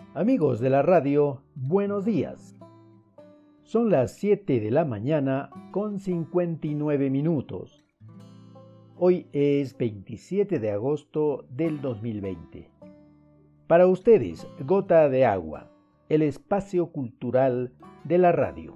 Amigos de la radio, buenos días. Son las 7 de la mañana con 59 minutos. Hoy es 27 de agosto del 2020. Para ustedes, Gota de Agua, el espacio cultural de la radio.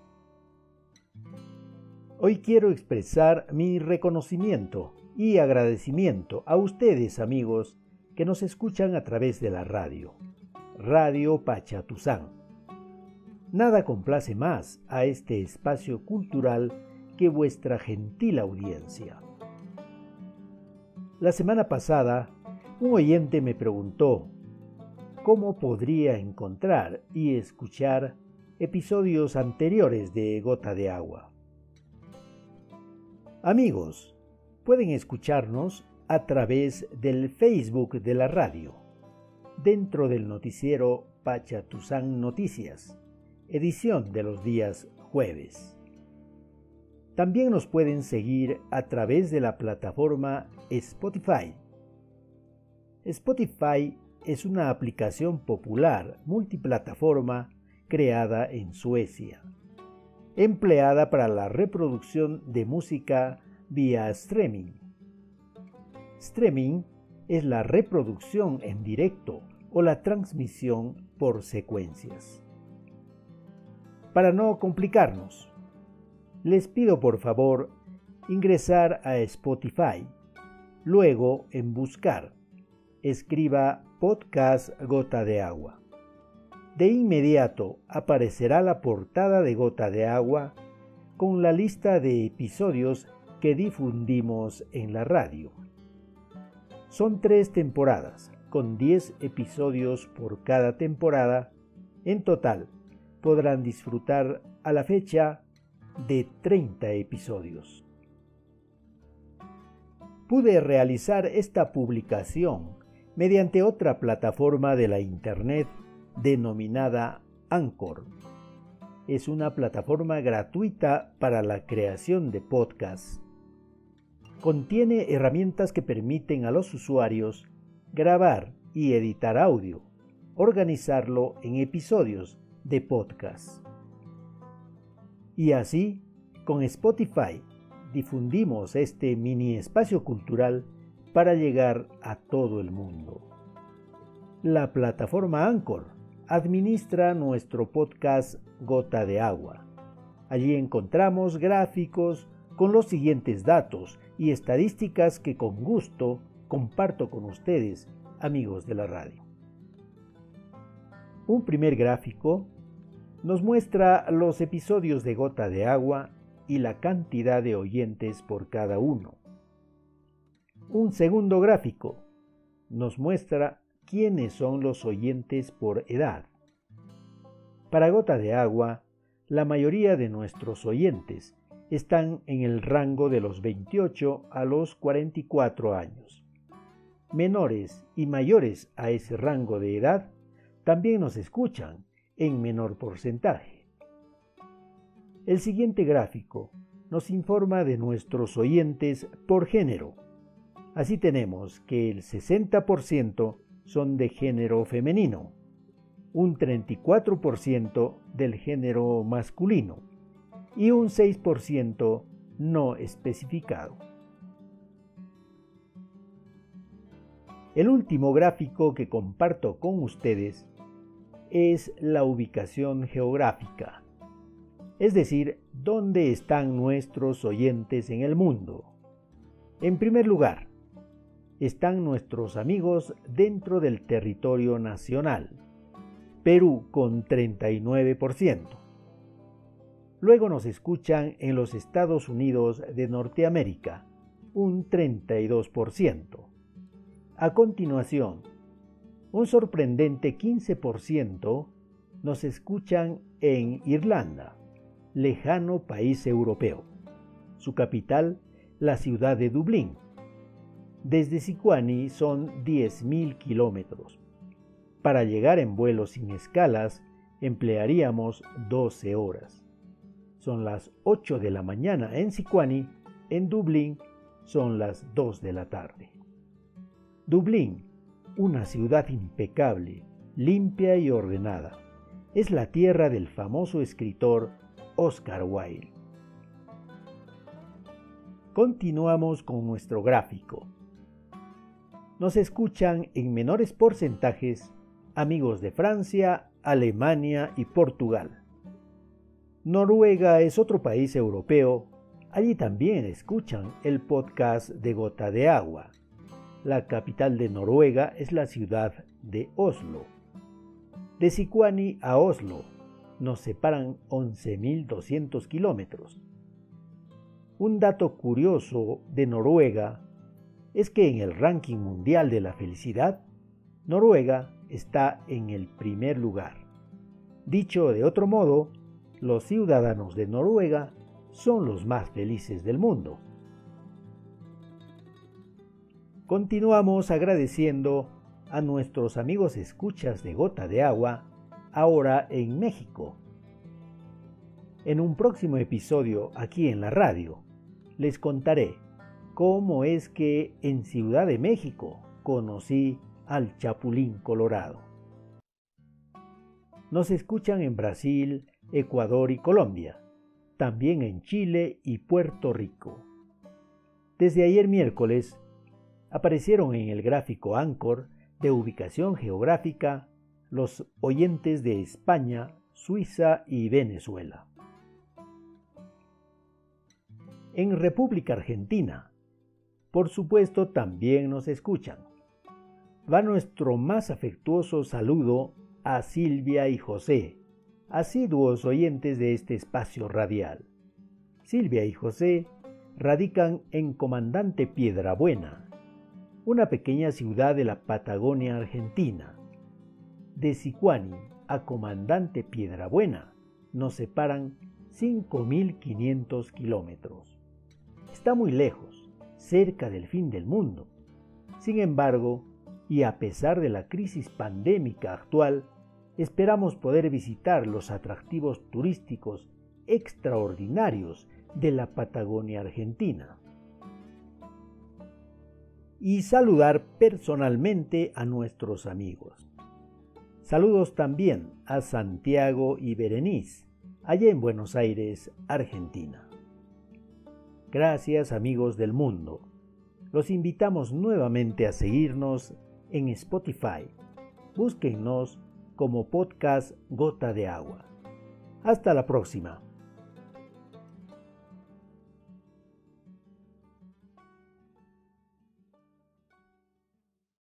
Hoy quiero expresar mi reconocimiento y agradecimiento a ustedes, amigos, que nos escuchan a través de la radio. Radio Pachatuzán. Nada complace más a este espacio cultural que vuestra gentil audiencia. La semana pasada, un oyente me preguntó cómo podría encontrar y escuchar episodios anteriores de Gota de Agua. Amigos, pueden escucharnos a través del Facebook de la radio, dentro del noticiero Pachatuzán Noticias, edición de los días jueves. También nos pueden seguir a través de la plataforma Spotify. Spotify es una aplicación popular multiplataforma creada en Suecia, empleada para la reproducción de música vía streaming. Streaming es la reproducción en directo o la transmisión por secuencias. Para no complicarnos, les pido por favor ingresar a Spotify. Luego, en buscar, escriba Podcast Gota de Agua. De inmediato aparecerá la portada de Gota de Agua con la lista de episodios que difundimos en la radio. Son 3 temporadas, con 10 episodios por cada temporada. En total, podrán disfrutar a la fecha de 30 episodios. Pude realizar esta publicación mediante otra plataforma de la Internet denominada Anchor. Es una plataforma gratuita para la creación de podcasts. Contiene herramientas que permiten a los usuarios grabar y editar audio, organizarlo en episodios de podcast. Y así, con Spotify, difundimos este mini espacio cultural para llegar a todo el mundo. La plataforma Anchor administra nuestro podcast Gota de Agua. Allí encontramos gráficos con los siguientes datos y estadísticas que con gusto comparto con ustedes, amigos de la radio. Un primer gráfico nos muestra los episodios de Gota de Agua y la cantidad de oyentes por cada uno. Un segundo gráfico nos muestra quiénes son los oyentes por edad. Para Gota de Agua, la mayoría de nuestros oyentes están en el rango de los 28 a los 44 años. Menores y mayores a ese rango de edad también nos escuchan en menor porcentaje. El siguiente gráfico nos informa de nuestros oyentes por género. Así tenemos que el 60% son de género femenino, un 34% del género masculino y un 6% no especificado. El último gráfico que comparto con ustedes es la ubicación geográfica, es decir, dónde están nuestros oyentes en el mundo. En primer lugar, están nuestros amigos dentro del territorio nacional, Perú con 39%. Luego nos escuchan en los Estados Unidos de Norteamérica, un 32%. A continuación, un sorprendente 15% nos escuchan en Irlanda, lejano país europeo. Su capital, la ciudad de Dublín. Desde Sicuani son 10.000 kilómetros. Para llegar en vuelo sin escalas, emplearíamos 12 horas. Son las 8 de la mañana en Sicuani, en Dublín son las 2 de la tarde. Dublín, una ciudad impecable, limpia y ordenada. Es la tierra del famoso escritor Oscar Wilde. Continuamos con nuestro gráfico. Nos escuchan en menores porcentajes amigos de Francia, Alemania y Portugal. Noruega es otro país europeo. Allí también escuchan el podcast de Gota de Agua. La capital de Noruega es la ciudad de Oslo. De Sicuani a Oslo nos separan 11.200 kilómetros. Un dato curioso de Noruega es que en el ranking mundial de la felicidad, Noruega está en el primer lugar. Dicho de otro modo, los ciudadanos de Noruega son los más felices del mundo. Continuamos agradeciendo a nuestros amigos escuchas de Gota de Agua, ahora en México. En un próximo episodio aquí en la radio, les contaré cómo es que en Ciudad de México conocí al Chapulín Colorado. Nos escuchan en Brasil, Ecuador y Colombia, también en Chile y Puerto Rico. Desde ayer miércoles aparecieron en el gráfico Anchor de ubicación geográfica los oyentes de España, Suiza y Venezuela. En República Argentina, por supuesto, también nos escuchan. Va nuestro más afectuoso saludo a Silvia y José, asiduos oyentes de este espacio radial. Silvia y José radican en Comandante Piedrabuena, una pequeña ciudad de la Patagonia Argentina. De Sicuani a Comandante Piedrabuena nos separan 5.500 kilómetros. Está muy lejos, cerca del fin del mundo. Sin embargo, y a pesar de la crisis pandémica actual, esperamos poder visitar los atractivos turísticos extraordinarios de la Patagonia Argentina y saludar personalmente a nuestros amigos. Saludos también a Santiago y Berenice, allá en Buenos Aires, Argentina. Gracias, amigos del mundo. Los invitamos nuevamente a seguirnos en Spotify. Búsquennos como podcast Gota de Agua. Hasta la próxima.